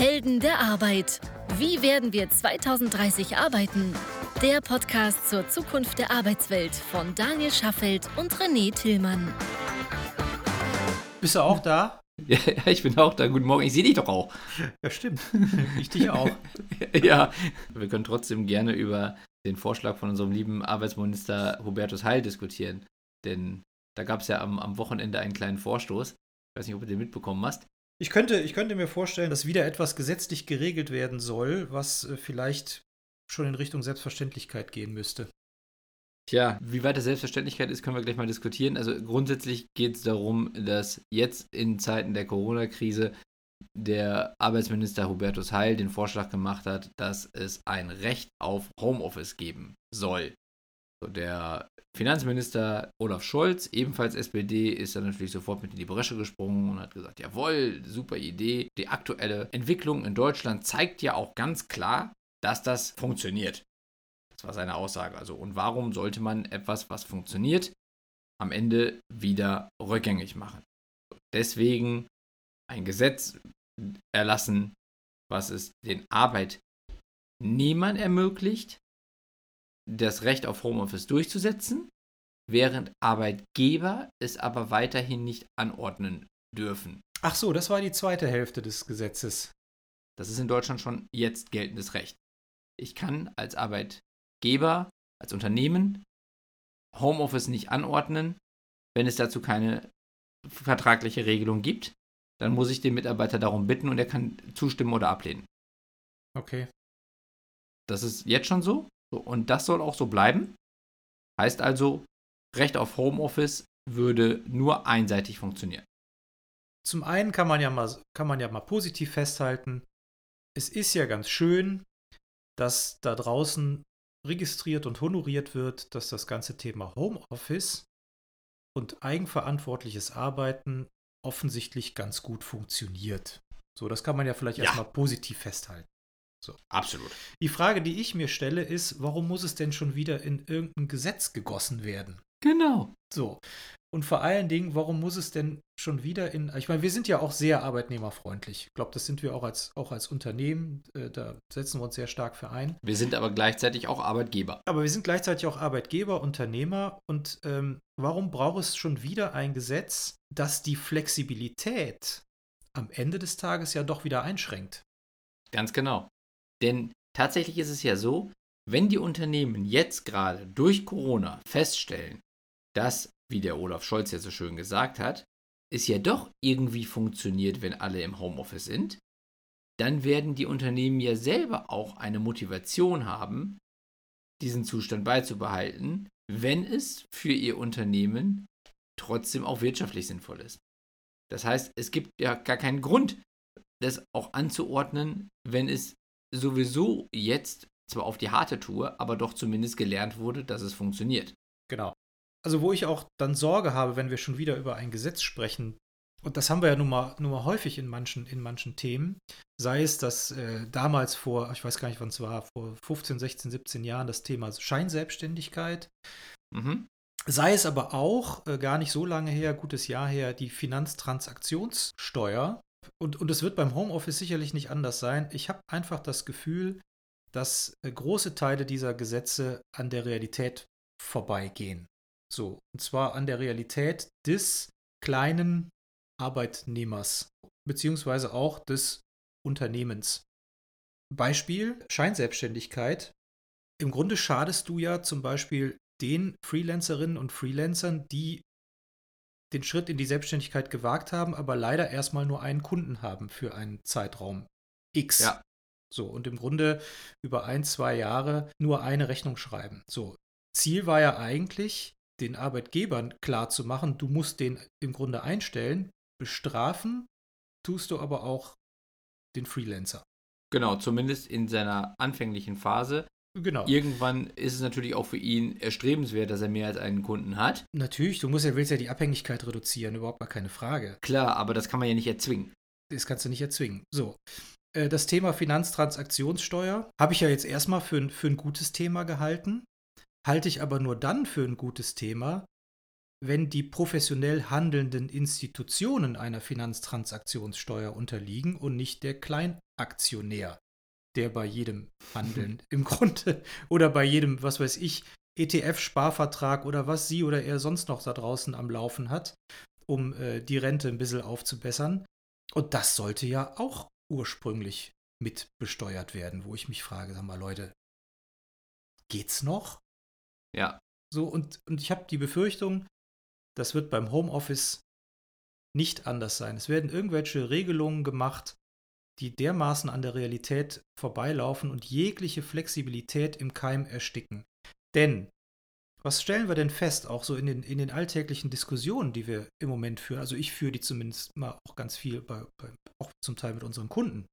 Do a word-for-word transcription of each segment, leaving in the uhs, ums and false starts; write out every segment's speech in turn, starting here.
Helden der Arbeit. Wie werden wir zwanzig dreißig arbeiten? Der Podcast zur Zukunft der Arbeitswelt von Daniel Schaffelt und René Tillmann. Bist du auch da? Ja, ich bin auch da. Guten Morgen. Ich sehe dich doch auch. Ja, stimmt. Ich dich auch. Ja, wir können trotzdem gerne über den Vorschlag von unserem lieben Arbeitsminister Hubertus Heil diskutieren. Denn da gab es ja am, am Wochenende einen kleinen Vorstoß. Ich weiß nicht, ob du den mitbekommen hast. Ich könnte, ich könnte mir vorstellen, dass wieder etwas gesetzlich geregelt werden soll, was äh, vielleicht schon in Richtung Selbstverständlichkeit gehen müsste. Tja, wie weit das Selbstverständlichkeit ist, können wir gleich mal diskutieren. Also grundsätzlich geht es darum, dass jetzt in Zeiten der Corona-Krise der Arbeitsminister Hubertus Heil den Vorschlag gemacht hat, dass es ein Recht auf Homeoffice geben soll. So, der Finanzminister Olaf Scholz, ebenfalls S P D, ist dann natürlich sofort mit in die Bresche gesprungen und hat gesagt, jawohl, super Idee. Die aktuelle Entwicklung in Deutschland zeigt ja auch ganz klar, dass das funktioniert. Das war seine Aussage. Also, und warum sollte man etwas, was funktioniert, am Ende wieder rückgängig machen? Deswegen ein Gesetz erlassen, was es den Arbeitnehmern ermöglicht, das Recht auf Homeoffice durchzusetzen, während Arbeitgeber es aber weiterhin nicht anordnen dürfen. Ach so, das war die zweite Hälfte des Gesetzes. Das ist in Deutschland schon jetzt geltendes Recht. Ich kann als Arbeitgeber, als Unternehmen Homeoffice nicht anordnen, wenn es dazu keine vertragliche Regelung gibt. Dann muss ich den Mitarbeiter darum bitten und er kann zustimmen oder ablehnen. Okay. Das ist jetzt schon so. So, und das soll auch so bleiben. Heißt also, Recht auf Homeoffice würde nur einseitig funktionieren. Zum einen kann man ja mal, kann man ja mal positiv festhalten, es ist ja ganz schön, dass da draußen registriert und honoriert wird, dass das ganze Thema Homeoffice und eigenverantwortliches Arbeiten offensichtlich ganz gut funktioniert. So, das kann man ja vielleicht Ja. erstmal positiv festhalten. So. Absolut. Die Frage, die ich mir stelle, ist, warum muss es denn schon wieder in irgendein Gesetz gegossen werden? Genau. So. Und vor allen Dingen, warum muss es denn schon wieder in, ich meine, wir sind ja auch sehr arbeitnehmerfreundlich. Ich glaube, das sind wir auch als, auch als Unternehmen. Äh, da setzen wir uns sehr stark für ein. Wir sind aber gleichzeitig auch Arbeitgeber. Aber wir sind gleichzeitig auch Arbeitgeber, Unternehmer. Und ähm, warum braucht es schon wieder ein Gesetz, das die Flexibilität am Ende des Tages ja doch wieder einschränkt? Ganz genau. Denn tatsächlich ist es ja so, wenn die Unternehmen jetzt gerade durch Corona feststellen, dass, wie der Olaf Scholz ja so schön gesagt hat, es ja doch irgendwie funktioniert, wenn alle im Homeoffice sind, dann werden die Unternehmen ja selber auch eine Motivation haben, diesen Zustand beizubehalten, wenn es für ihr Unternehmen trotzdem auch wirtschaftlich sinnvoll ist. Das heißt, es gibt ja gar keinen Grund, das auch anzuordnen, wenn es sowieso jetzt zwar auf die harte Tour, aber doch zumindest gelernt wurde, dass es funktioniert. Genau. Also wo ich auch dann Sorge habe, wenn wir schon wieder über ein Gesetz sprechen, und das haben wir ja nun mal, nun mal häufig in manchen, in manchen Themen, sei es, dass äh, damals vor, ich weiß gar nicht, wann es war, vor fünfzehn, sechzehn, siebzehn Jahren das Thema Scheinselbstständigkeit, Mhm. sei es aber auch, äh, gar nicht so lange her, gutes Jahr her, die Finanztransaktionssteuer. Und, und es wird beim Homeoffice sicherlich nicht anders sein. Ich habe einfach das Gefühl, dass äh, große Teile dieser Gesetze an der Realität vorbeigehen. So, und zwar an der Realität des kleinen Arbeitnehmers, beziehungsweise auch des Unternehmens. Beispiel Scheinselbstständigkeit. Im Grunde schadest du ja zum Beispiel den Freelancerinnen und Freelancern, die den Schritt in die Selbstständigkeit gewagt haben, aber leider erstmal nur einen Kunden haben für einen Zeitraum X. Ja. So, und im Grunde über ein, zwei Jahre nur eine Rechnung schreiben. So, Ziel war ja eigentlich, den Arbeitgebern klarzumachen, du musst den im Grunde einstellen, bestrafen tust du aber auch den Freelancer. Genau, zumindest in seiner anfänglichen Phase. Genau. Irgendwann ist es natürlich auch für ihn erstrebenswert, dass er mehr als einen Kunden hat. Natürlich, du musst ja, willst ja die Abhängigkeit reduzieren, überhaupt mal keine Frage. Klar, aber das kann man ja nicht erzwingen. Das kannst du nicht erzwingen. So, äh, das Thema Finanztransaktionssteuer habe ich ja jetzt erstmal für, für ein gutes Thema gehalten, halte ich aber nur dann für ein gutes Thema, wenn die professionell handelnden Institutionen einer Finanztransaktionssteuer unterliegen und nicht der Aktionär, der bei jedem Handeln im Grunde oder bei jedem, was weiß ich, E T F-Sparvertrag oder was sie oder er sonst noch da draußen am Laufen hat, um äh, die Rente ein bisschen aufzubessern. Und das sollte ja auch ursprünglich mit besteuert werden, wo ich mich frage, sag mal, Leute, geht's noch? Ja. So, und, und ich habe die Befürchtung, das wird beim Homeoffice nicht anders sein. Es werden irgendwelche Regelungen gemacht, die dermaßen an der Realität vorbeilaufen und jegliche Flexibilität im Keim ersticken. Denn, was stellen wir denn fest, auch so in den, in den alltäglichen Diskussionen, die wir im Moment führen? Also ich führe die zumindest mal auch ganz viel, bei, bei, auch zum Teil mit unseren Kunden.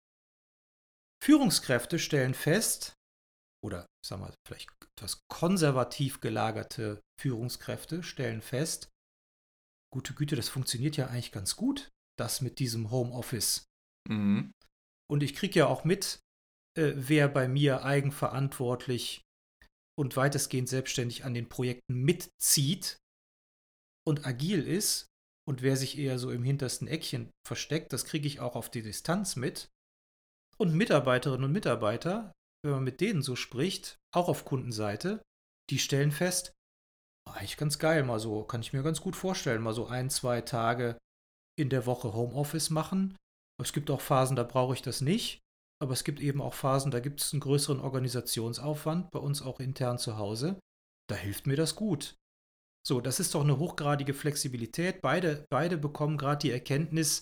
Führungskräfte stellen fest, oder ich sag mal, vielleicht etwas konservativ gelagerte Führungskräfte stellen fest, gute Güte, das funktioniert ja eigentlich ganz gut, das mit diesem Homeoffice. Mhm. Und ich kriege ja auch mit, äh, wer bei mir eigenverantwortlich und weitestgehend selbstständig an den Projekten mitzieht und agil ist und wer sich eher so im hintersten Eckchen versteckt, das kriege ich auch auf die Distanz mit. Und Mitarbeiterinnen und Mitarbeiter, wenn man mit denen so spricht, auch auf Kundenseite, die stellen fest, oh, eigentlich ganz geil, mal so, kann ich mir ganz gut vorstellen, mal so ein, zwei Tage in der Woche Homeoffice machen. Es gibt auch Phasen, da brauche ich das nicht. Aber es gibt eben auch Phasen, da gibt es einen größeren Organisationsaufwand, bei uns auch intern zu Hause. Da hilft mir das gut. So, das ist doch eine hochgradige Flexibilität. Beide, beide bekommen gerade die Erkenntnis,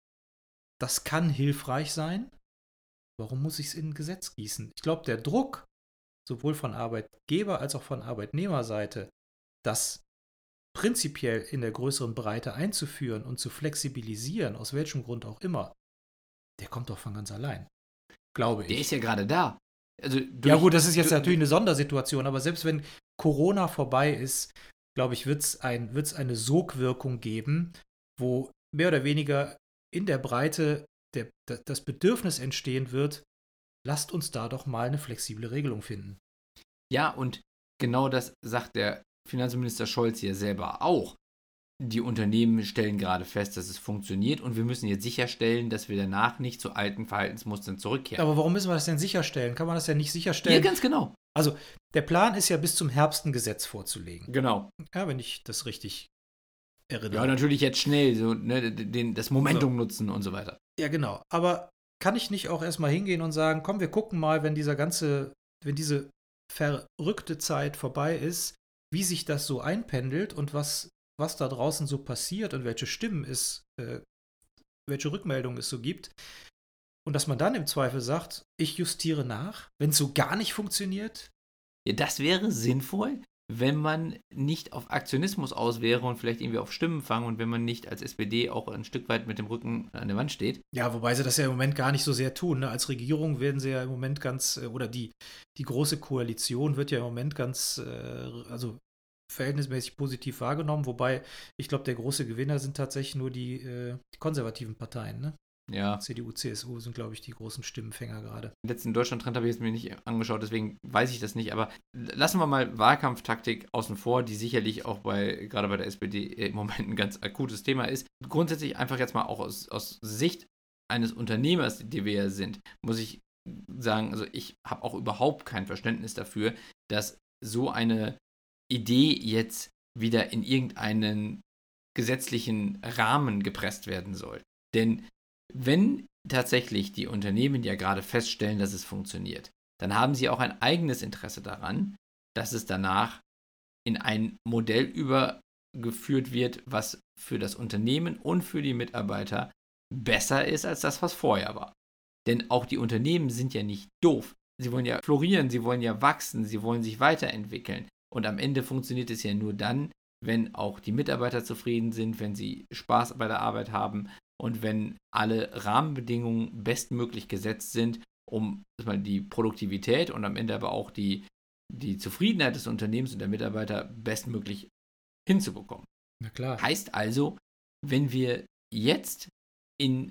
das kann hilfreich sein. Warum muss ich es in ein Gesetz gießen? Ich glaube, der Druck, sowohl von Arbeitgeber- als auch von Arbeitnehmerseite, das prinzipiell in der größeren Breite einzuführen und zu flexibilisieren, aus welchem Grund auch immer, der kommt doch von ganz allein. Glaube ich. Der ist ja gerade da. Also durch, ja gut, das ist jetzt durch, natürlich eine Sondersituation, aber selbst wenn Corona vorbei ist, glaube ich, wird es ein, wird's eine Sogwirkung geben, wo mehr oder weniger in der Breite der, das Bedürfnis entstehen wird, lasst uns da doch mal eine flexible Regelung finden. Ja, und genau das sagt der Finanzminister Scholz ja selber auch. Die Unternehmen stellen gerade fest, dass es funktioniert und wir müssen jetzt sicherstellen, dass wir danach nicht zu alten Verhaltensmustern zurückkehren. Aber warum müssen wir das denn sicherstellen? Kann man das ja nicht sicherstellen? Ja, ganz genau. Also, der Plan ist ja bis zum Herbst ein Gesetz vorzulegen. Genau. Ja, wenn ich das richtig erinnere. Ja, natürlich jetzt schnell, so, ne, den, das Momentum so. nutzen und so weiter. Ja, genau. Aber kann ich nicht auch erstmal hingehen und sagen, komm, wir gucken mal, wenn dieser ganze, wenn diese verrückte Zeit vorbei ist, wie sich das so einpendelt und was, was da draußen so passiert und welche Stimmen es, äh, welche Rückmeldungen es so gibt. Und dass man dann im Zweifel sagt, ich justiere nach, wenn es so gar nicht funktioniert. Ja, das wäre sinnvoll, wenn man nicht auf Aktionismus aus wäre und vielleicht irgendwie auf Stimmenfang und wenn man nicht als S P D auch ein Stück weit mit dem Rücken an der Wand steht. Ja, wobei sie das ja im Moment gar nicht so sehr tun. Ne? Als Regierung werden sie ja im Moment ganz, oder die, die große Koalition wird ja im Moment ganz, äh, also verhältnismäßig positiv wahrgenommen, wobei ich glaube, der große Gewinner sind tatsächlich nur die, äh, die konservativen Parteien, ne? Ja. C D U, C S U sind, glaube ich, die großen Stimmenfänger gerade. Den letzten Deutschland-Trend habe ich jetzt mir nicht angeschaut, deswegen weiß ich das nicht. Aber lassen wir mal Wahlkampftaktik außen vor, die sicherlich auch bei gerade bei der S P D im Moment ein ganz akutes Thema ist. Grundsätzlich einfach jetzt mal auch aus, aus Sicht eines Unternehmers, die wir ja sind, muss ich sagen, also ich habe auch überhaupt kein Verständnis dafür, dass so eine Idee jetzt wieder in irgendeinen gesetzlichen Rahmen gepresst werden soll. Denn wenn tatsächlich die Unternehmen ja gerade feststellen, dass es funktioniert, dann haben sie auch ein eigenes Interesse daran, dass es danach in ein Modell übergeführt wird, was für das Unternehmen und für die Mitarbeiter besser ist als das, was vorher war. Denn auch die Unternehmen sind ja nicht doof. Sie wollen ja florieren, sie wollen ja wachsen, sie wollen sich weiterentwickeln. Und am Ende funktioniert es ja nur dann, wenn auch die Mitarbeiter zufrieden sind, wenn sie Spaß bei der Arbeit haben und wenn alle Rahmenbedingungen bestmöglich gesetzt sind, um die Produktivität und am Ende aber auch die, die Zufriedenheit des Unternehmens und der Mitarbeiter bestmöglich hinzubekommen. Na klar. Heißt also, wenn wir jetzt in,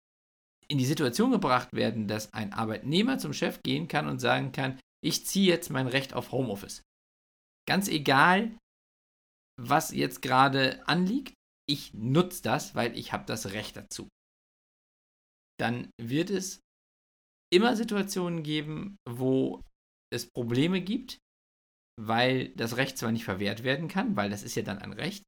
in die Situation gebracht werden, dass ein Arbeitnehmer zum Chef gehen kann und sagen kann, ich ziehe jetzt mein Recht auf Homeoffice. Ganz egal, was jetzt gerade anliegt, ich nutze das, weil ich habe das Recht dazu. Dann wird es immer Situationen geben, wo es Probleme gibt, weil das Recht zwar nicht verwehrt werden kann, weil das ist ja dann ein Recht,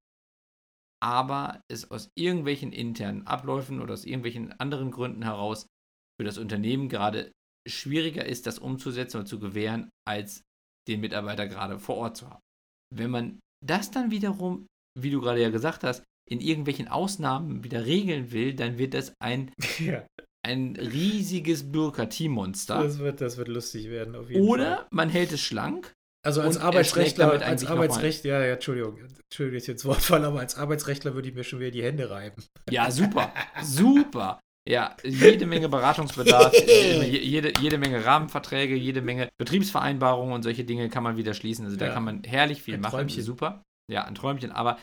aber es aus irgendwelchen internen Abläufen oder aus irgendwelchen anderen Gründen heraus für das Unternehmen gerade schwieriger ist, das umzusetzen oder zu gewähren, als den Mitarbeiter gerade vor Ort zu haben. Wenn man das dann wiederum, wie du gerade ja gesagt hast, in irgendwelchen Ausnahmen wieder regeln will, dann wird das ein, Ja. ein riesiges Bürokratiemonster. Das wird, das wird lustig werden, auf jeden Oder Fall. man hält es schlank. Also als und Arbeitsrechtler, erschlägt damit als eigentlich Arbeitsrecht, ja, ja, Entschuldigung, Entschuldigung, jetzt ins Wortfall, aber als Arbeitsrechtler würde ich mir schon wieder die Hände reiben. Ja, super, super. Ja, jede Menge Beratungsbedarf, äh, jede, jede Menge Rahmenverträge, jede Menge Betriebsvereinbarungen und solche Dinge kann man wieder schließen. Also da Ja. kann man herrlich viel Ein machen. Träumchen. Super. Ja, ein Träumchen. Aber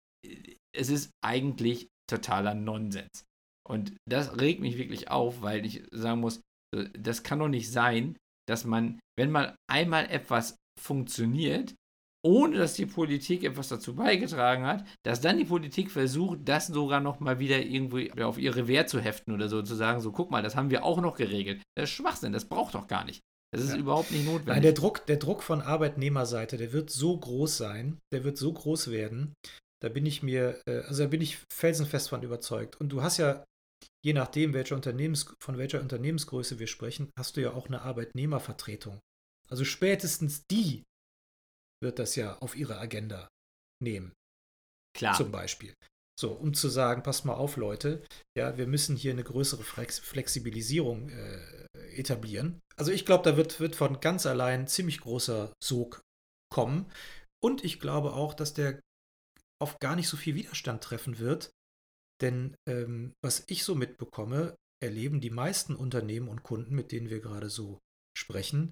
es ist eigentlich totaler Nonsens. Und das regt mich wirklich auf, weil ich sagen muss, das kann doch nicht sein, dass man, wenn mal einmal etwas funktioniert, ohne dass die Politik etwas dazu beigetragen hat, dass dann die Politik versucht, das sogar noch mal wieder irgendwie auf ihre Wehr zu heften oder so, zu sagen, so guck mal, das haben wir auch noch geregelt. Das ist Schwachsinn, das braucht doch gar nicht. Das ist Ja. überhaupt nicht notwendig. Nein, der Druck, der Druck von Arbeitnehmerseite, der wird so groß sein, der wird so groß werden, da bin ich mir, äh, also da bin ich felsenfest von überzeugt. Und du hast ja, je nachdem, welcher Unternehmens, von welcher Unternehmensgröße wir sprechen, hast du ja auch eine Arbeitnehmervertretung. Also spätestens die wird das ja auf ihre Agenda nehmen. Klar. Zum Beispiel. So, um zu sagen, passt mal auf, Leute, ja, wir müssen hier eine größere Flex- Flexibilisierung äh, etablieren. Also ich glaube, da wird, wird von ganz allein ziemlich großer Sog kommen. Und ich glaube auch, dass der auf gar nicht so viel Widerstand treffen wird. Denn ähm, was ich so mitbekomme, erleben die meisten Unternehmen und Kunden, mit denen wir gerade so sprechen,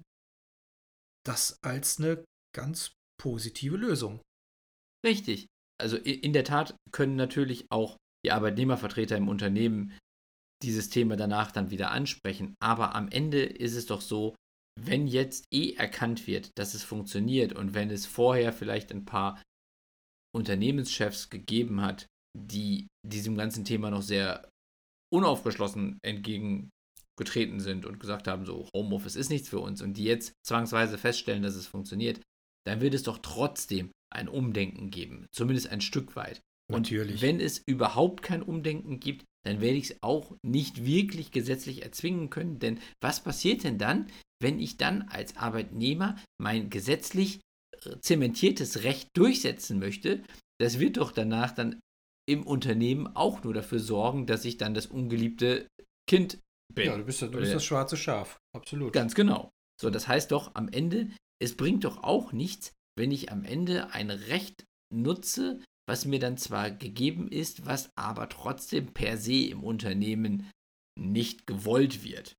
das als eine ganz positive Lösung. Richtig. Also in der Tat können natürlich auch die Arbeitnehmervertreter im Unternehmen dieses Thema danach dann wieder ansprechen. Aber am Ende ist es doch so, wenn jetzt eh erkannt wird, dass es funktioniert und wenn es vorher vielleicht ein paar Unternehmenschefs gegeben hat, die diesem ganzen Thema noch sehr unaufgeschlossen entgegengetreten sind und gesagt haben, so Homeoffice ist nichts für uns und die jetzt zwangsweise feststellen, dass es funktioniert, dann wird es doch trotzdem ein Umdenken geben, zumindest ein Stück weit. Und Natürlich. wenn es überhaupt kein Umdenken gibt, dann werde ich es auch nicht wirklich gesetzlich erzwingen können, denn was passiert denn dann, wenn ich dann als Arbeitnehmer mein gesetzlich zementiertes Recht durchsetzen möchte? Das wird doch danach dann im Unternehmen auch nur dafür sorgen, dass ich dann das ungeliebte Kind bin. Ja, du bist, du bist das schwarze Schaf. Absolut. Ganz genau. So, das heißt doch am Ende, es bringt doch auch nichts, wenn ich am Ende ein Recht nutze, was mir dann zwar gegeben ist, was aber trotzdem per se im Unternehmen nicht gewollt wird.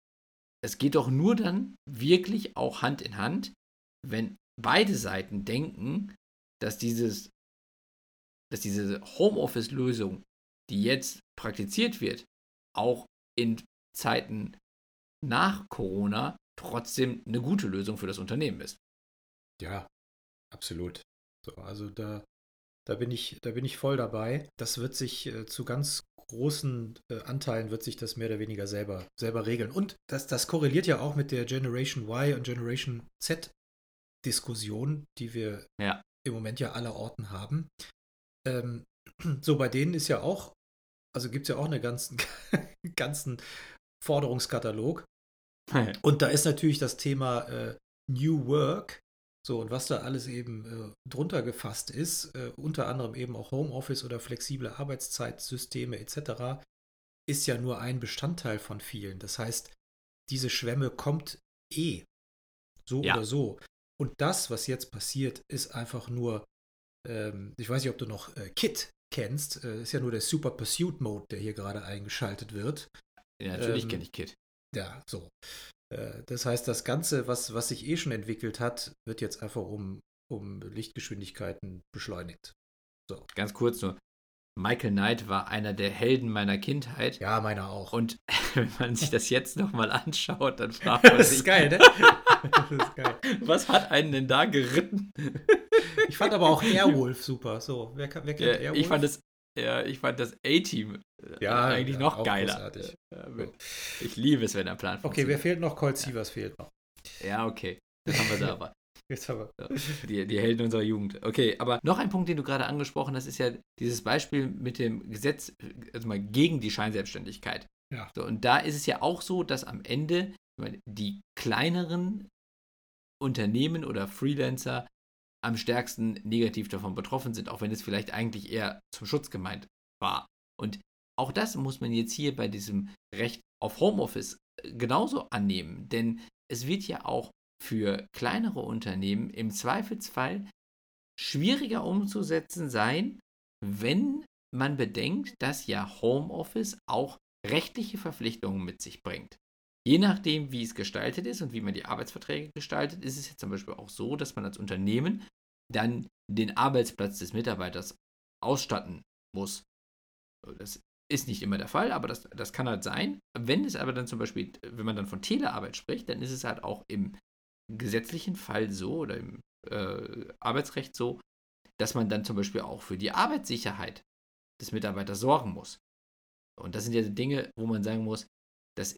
Es geht doch nur dann wirklich auch Hand in Hand, wenn beide Seiten denken, dass dieses, dass diese Homeoffice-Lösung, die jetzt praktiziert wird, auch in Zeiten nach Corona trotzdem eine gute Lösung für das Unternehmen ist. Ja, absolut. So, also da, da bin ich, da bin ich voll dabei. Das wird sich äh, zu ganz großen äh, Anteilen wird sich das mehr oder weniger selber, selber regeln. Und das, das korreliert ja auch mit der Generation Y und Generation Z Diskussion, die wir Ja. im Moment ja aller Orten haben. Ähm, so, bei denen ist ja auch, also gibt es ja auch einen ganzen, ganzen Forderungskatalog. Und da ist natürlich das Thema äh, New Work, so, und was da alles eben äh, drunter gefasst ist, äh, unter anderem eben auch Homeoffice oder flexible Arbeitszeitsysteme et cetera, ist ja nur ein Bestandteil von vielen. Das heißt, diese Schwemme kommt eh, so Ja. oder so. Und das, was jetzt passiert, ist einfach nur, ähm, ich weiß nicht, ob du noch äh, Kit kennst, äh, ist ja nur der Super Pursuit Mode, der hier gerade eingeschaltet wird. Ja, natürlich Ähm, kenne ich Kit. Ja, so. Äh, das heißt, das Ganze, was, was sich eh schon entwickelt hat, wird jetzt einfach um, um Lichtgeschwindigkeiten beschleunigt. So. Ganz kurz nur. Michael Knight war einer der Helden meiner Kindheit. Ja, meiner auch. Und wenn man sich das jetzt nochmal anschaut, dann fragt man Das sich, ist geil, ne? Das ist geil. was hat einen denn da geritten? Ich fand aber auch Airwolf super. So, wer, wer kennt Ja, Airwolf? ich fand es Ja, ich fand das A-Team äh, Ja, eigentlich ja, noch auch geiler. großartig. Äh, Ich liebe es, wenn der Plan Okay, funktioniert. wer fehlt noch? Colt Sievers fehlt noch. Ja, okay. Das haben wir da aber. Jetzt haben wir. Ja, die, die Helden unserer Jugend. Okay, aber noch ein Punkt, den du gerade angesprochen hast, ist ja dieses Beispiel mit dem Gesetz, also mal gegen die Scheinselbstständigkeit. Ja. So, und da ist es ja auch so, dass am Ende ich meine, die kleineren Unternehmen oder Freelancer am stärksten negativ davon betroffen sind, auch wenn es vielleicht eigentlich eher zum Schutz gemeint war. Und auch das muss man jetzt hier bei diesem Recht auf Homeoffice genauso annehmen, denn es wird ja auch für kleinere Unternehmen im Zweifelsfall schwieriger umzusetzen sein, wenn man bedenkt, dass ja Homeoffice auch rechtliche Verpflichtungen mit sich bringt. Je nachdem, wie es gestaltet ist und wie man die Arbeitsverträge gestaltet, ist es jetzt zum Beispiel auch so, dass man als Unternehmen dann den Arbeitsplatz des Mitarbeiters ausstatten muss. Das ist nicht immer der Fall, aber das, das kann halt sein. Wenn es aber dann zum Beispiel, wenn man dann von Telearbeit spricht, dann ist es halt auch im gesetzlichen Fall so oder im äh, Arbeitsrecht so, dass man dann zum Beispiel auch für die Arbeitssicherheit des Mitarbeiters sorgen muss. Und das sind ja Dinge, wo man sagen muss, das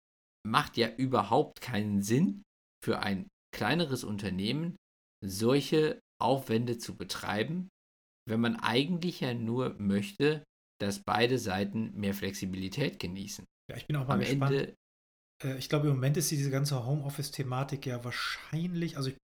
macht ja überhaupt keinen Sinn für ein kleineres Unternehmen, solche Aufwände zu betreiben, wenn man eigentlich ja nur möchte, dass beide Seiten mehr Flexibilität genießen. Ja, ich bin auch mal Am gespannt. Ende, Äh, ich glaube, im Moment ist diese ganze Homeoffice-Thematik ja wahrscheinlich, also ich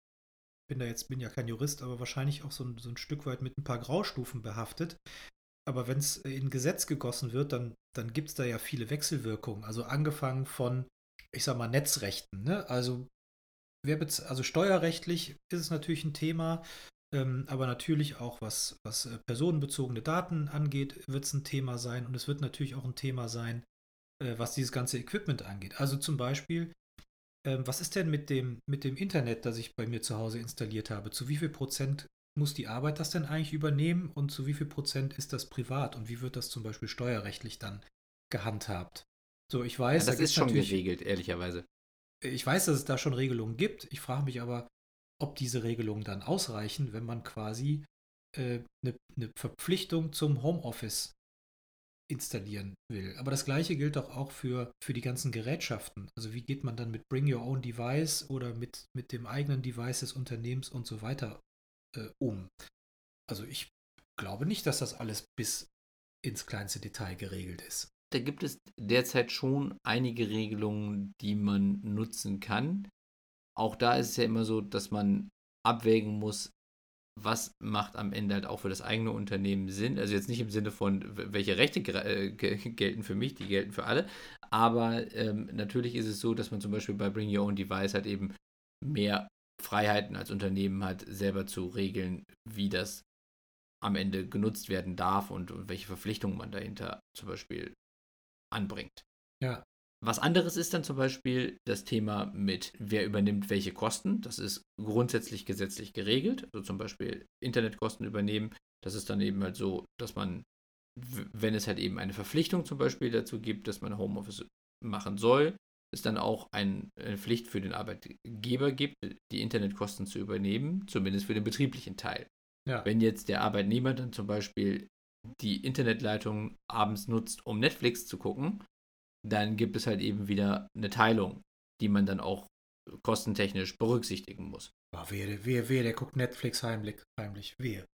bin da jetzt, bin ja kein Jurist, aber wahrscheinlich auch so ein, so ein Stück weit mit ein paar Graustufen behaftet. Aber wenn es in Gesetz gegossen wird, dann, dann gibt es da ja viele Wechselwirkungen. Also angefangen von, ich sag mal, Netzrechten. Ne? Also, wer bez- also steuerrechtlich ist es natürlich ein Thema, ähm, aber natürlich auch was, was äh, personenbezogene Daten angeht, wird es ein Thema sein. Und es wird natürlich auch ein Thema sein, äh, was dieses ganze Equipment angeht. Also zum Beispiel, ähm, was ist denn mit dem, mit dem Internet, das ich bei mir zu Hause installiert habe? Zu wie viel Prozent muss die Arbeit das denn eigentlich übernehmen und zu wie viel Prozent ist das privat und wie wird das zum Beispiel steuerrechtlich dann gehandhabt? So, ich ja, weiß, da das gibt ist es schon natürlich, geregelt, ehrlicherweise. ich weiß, dass es da schon Regelungen gibt. Ich frage mich aber, ob diese Regelungen dann ausreichen, wenn man quasi äh, eine, eine Verpflichtung zum Homeoffice installieren will. Aber das gleiche gilt doch auch für, für die ganzen Gerätschaften. Also wie geht man dann mit Bring Your Own Device oder mit, mit dem eigenen Device des Unternehmens und so weiter äh, um? Also ich glaube nicht, dass das alles bis ins kleinste Detail geregelt ist. Da gibt es derzeit schon einige Regelungen, die man nutzen kann. Auch da ist es ja immer so, dass man abwägen muss, was macht am Ende halt auch für das eigene Unternehmen Sinn. Also jetzt nicht im Sinne von, welche Rechte äh, gelten für mich, die gelten für alle. Aber ähm, natürlich ist es so, dass man zum Beispiel bei Bring Your Own Device halt eben mehr Freiheiten als Unternehmen hat, selber zu regeln, wie das am Ende genutzt werden darf und, und welche Verpflichtungen man dahinter zum Beispiel anbringt. Ja. Was anderes ist dann zum Beispiel das Thema mit, wer übernimmt welche Kosten. Das ist grundsätzlich gesetzlich geregelt. Also zum Beispiel Internetkosten übernehmen. Das ist dann eben halt so, dass man, wenn es halt eben eine Verpflichtung zum Beispiel dazu gibt, dass man Homeoffice machen soll, es dann auch ein, eine Pflicht für den Arbeitgeber gibt, die Internetkosten zu übernehmen, zumindest für den betrieblichen Teil. Ja. Wenn jetzt der Arbeitnehmer dann zum Beispiel die Internetleitung abends nutzt, um Netflix zu gucken, dann gibt es halt eben wieder eine Teilung, die man dann auch kostentechnisch berücksichtigen muss. Oh, wehe, wehe, wehe, der guckt Netflix heimlich, heimlich. Wehe.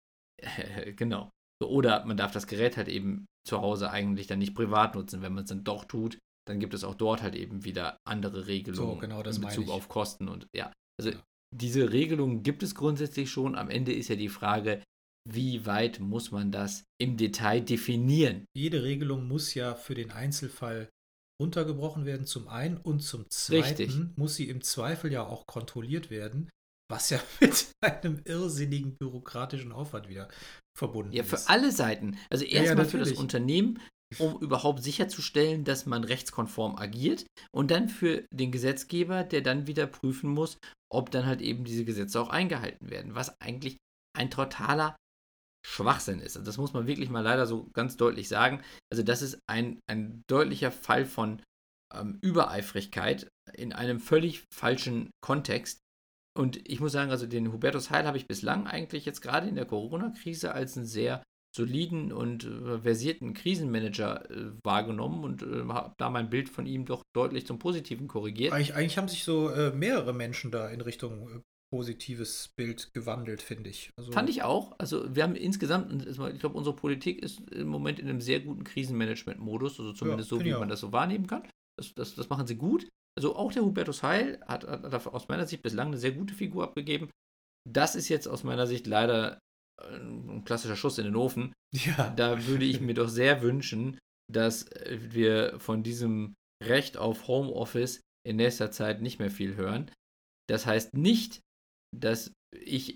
Genau. Oder man darf das Gerät halt eben zu Hause eigentlich dann nicht privat nutzen. Wenn man es dann doch tut, dann gibt es auch dort halt eben wieder andere Regelungen so, genau, das in meine Bezug ich. auf Kosten. Und ja, also ja. Diese Regelungen gibt es grundsätzlich schon. Am Ende ist ja die Frage, wie weit muss man das im Detail definieren? Jede Regelung muss ja für den Einzelfall runtergebrochen werden, zum einen. Und zum zweiten Richtig. muss sie im Zweifel ja auch kontrolliert werden, was ja mit einem irrsinnigen bürokratischen Aufwand wieder verbunden Ja, für ist. alle Seiten. Also Ja, ja, erstmal für das natürlich. Unternehmen, um überhaupt sicherzustellen, dass man rechtskonform agiert. Und dann für den Gesetzgeber, der dann wieder prüfen muss, ob dann halt eben diese Gesetze auch eingehalten werden. Was eigentlich ein totaler Schwachsinn ist. Also das muss man wirklich mal leider so ganz deutlich sagen. Also das ist ein, ein deutlicher Fall von ähm, Übereifrigkeit in einem völlig falschen Kontext. Und ich muss sagen, also den Hubertus Heil habe ich bislang eigentlich jetzt gerade in der Corona-Krise als einen sehr soliden und äh, versierten Krisenmanager äh, wahrgenommen und äh, habe da mein Bild von ihm doch deutlich zum Positiven korrigiert. Eigentlich, eigentlich haben sich so äh, mehrere Menschen da in Richtung äh, positives Bild gewandelt, finde ich. Also, Fand ich auch. Also wir haben insgesamt, ich glaube, unsere Politik ist im Moment in einem sehr guten Krisenmanagement-Modus, also zumindest Ja, so, finde wie ich man auch. das so wahrnehmen kann. Das, das, das machen sie gut. Also auch der Hubertus Heil hat, hat, hat aus meiner Sicht bislang eine sehr gute Figur abgegeben. Das ist jetzt aus meiner Sicht leider ein klassischer Schuss in den Ofen. Ja. Da würde ich mir doch sehr wünschen, dass wir von diesem Recht auf Homeoffice in nächster Zeit nicht mehr viel hören. Das heißt nicht, dass ich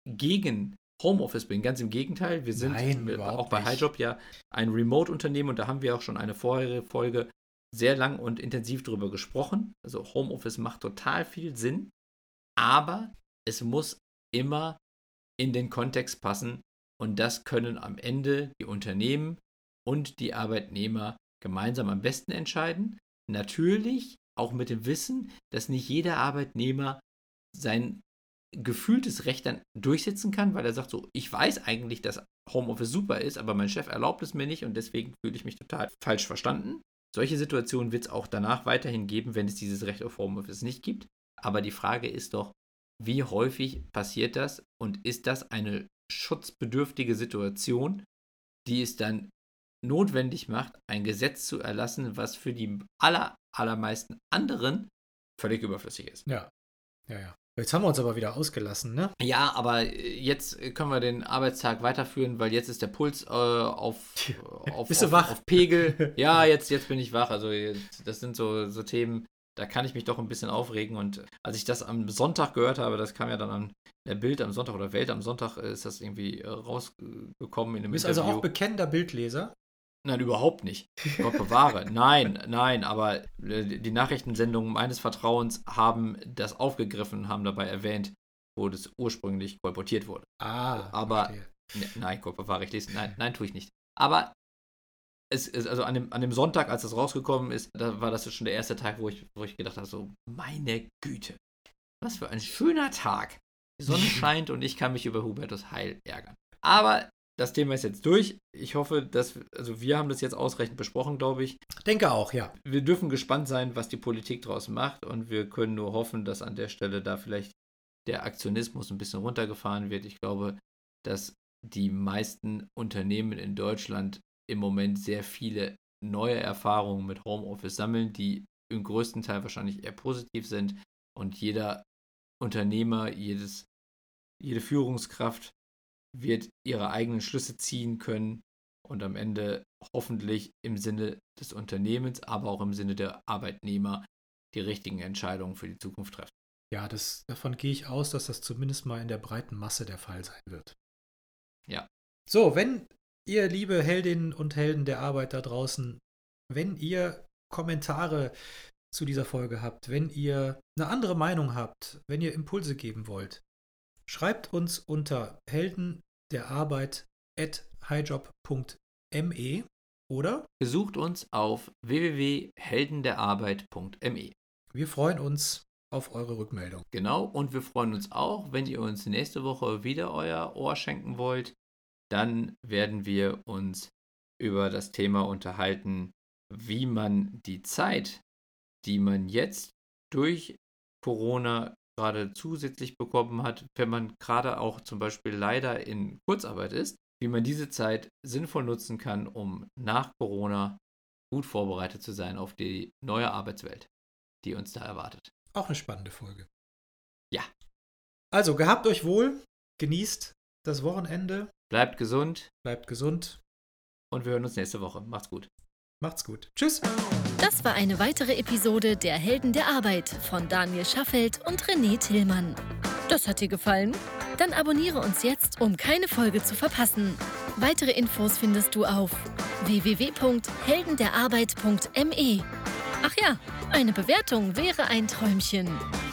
gegen Homeoffice bin. Ganz im Gegenteil. Wir sind Nein, auch bei nicht. HighJob ja ein Remote-Unternehmen und da haben wir auch schon eine vorherige Folge sehr lang und intensiv drüber gesprochen. Also Homeoffice macht total viel Sinn, aber es muss immer in den Kontext passen und das können am Ende die Unternehmen und die Arbeitnehmer gemeinsam am besten entscheiden. Natürlich auch mit dem Wissen, dass nicht jeder Arbeitnehmer sein gefühltes Recht dann durchsetzen kann, weil er sagt so, ich weiß eigentlich, dass Homeoffice super ist, aber mein Chef erlaubt es mir nicht und deswegen fühle ich mich total falsch verstanden. Solche Situationen wird es auch danach weiterhin geben, wenn es dieses Recht auf Homeoffice nicht gibt. Aber die Frage ist doch, wie häufig passiert das und ist das eine schutzbedürftige Situation, die es dann notwendig macht, ein Gesetz zu erlassen, was für die aller, allermeisten anderen völlig überflüssig ist. Ja, ja, ja. Jetzt haben wir uns aber wieder ausgelassen, ne? Ja, aber jetzt können wir den Arbeitstag weiterführen, weil jetzt ist der Puls äh, auf, auf, Bist du auf, wach? auf Pegel. Ja, jetzt, jetzt bin ich wach. Also jetzt, das sind so, so Themen, da kann ich mich doch ein bisschen aufregen. Und als ich das am Sonntag gehört habe, das kam ja dann an der Bild am Sonntag oder Welt am Sonntag, ist das irgendwie rausgekommen in einem Du bist Interview. also auch bekennender Bildleser? Nein, überhaupt nicht. Gott bewahre. Nein, nein, aber die Nachrichtensendungen meines Vertrauens haben das aufgegriffen, haben dabei erwähnt, wo das ursprünglich kolportiert wurde. Ah, aber ne, nein, Gott bewahre, ich lese, nein, nein, tue ich nicht. Aber es ist, also an dem, an dem Sonntag, als das rausgekommen ist, da war das schon der erste Tag, wo ich, wo ich gedacht habe, so, meine Güte, was für ein schöner Tag. Die Sonne scheint und ich kann mich über Hubertus Heil ärgern. Aber das Thema ist jetzt durch. Ich hoffe, dass, also wir haben das jetzt ausreichend besprochen, glaube ich. Denke auch, ja. Wir dürfen gespannt sein, was die Politik daraus macht und wir können nur hoffen, dass an der Stelle da vielleicht der Aktionismus ein bisschen runtergefahren wird. Ich glaube, dass die meisten Unternehmen in Deutschland im Moment sehr viele neue Erfahrungen mit Homeoffice sammeln, die im größten Teil wahrscheinlich eher positiv sind und jeder Unternehmer, jedes, jede Führungskraft wird ihre eigenen Schlüsse ziehen können und am Ende hoffentlich im Sinne des Unternehmens, aber auch im Sinne der Arbeitnehmer die richtigen Entscheidungen für die Zukunft treffen. Ja, das, davon gehe ich aus, dass das zumindest mal in der breiten Masse der Fall sein wird. Ja. So, wenn ihr, liebe Heldinnen und Helden der Arbeit da draußen, wenn ihr Kommentare zu dieser Folge habt, wenn ihr eine andere Meinung habt, wenn ihr Impulse geben wollt, schreibt uns unter heldenderarbeit at highjob punkt me oder besucht uns auf w w w punkt heldenderarbeit punkt me. Wir freuen uns auf eure Rückmeldung. Genau, und wir freuen uns auch, wenn ihr uns nächste Woche wieder euer Ohr schenken wollt. Dann werden wir uns über das Thema unterhalten, wie man die Zeit, die man jetzt durch Corona gerade zusätzlich bekommen hat, wenn man gerade auch zum Beispiel leider in Kurzarbeit ist, wie man diese Zeit sinnvoll nutzen kann, um nach Corona gut vorbereitet zu sein auf die neue Arbeitswelt, die uns da erwartet. Auch eine spannende Folge. Ja. Also, gehabt euch wohl, genießt das Wochenende. Bleibt gesund. Bleibt gesund. Und wir hören uns nächste Woche. Macht's gut. Macht's gut. Tschüss. Das war eine weitere Episode der Helden der Arbeit von Daniel Schaffelt und René Tillmann. Das hat dir gefallen? Dann abonniere uns jetzt, um keine Folge zu verpassen. Weitere Infos findest du auf w w w punkt heldenderarbeit punkt me. Ach ja, eine Bewertung wäre ein Träumchen.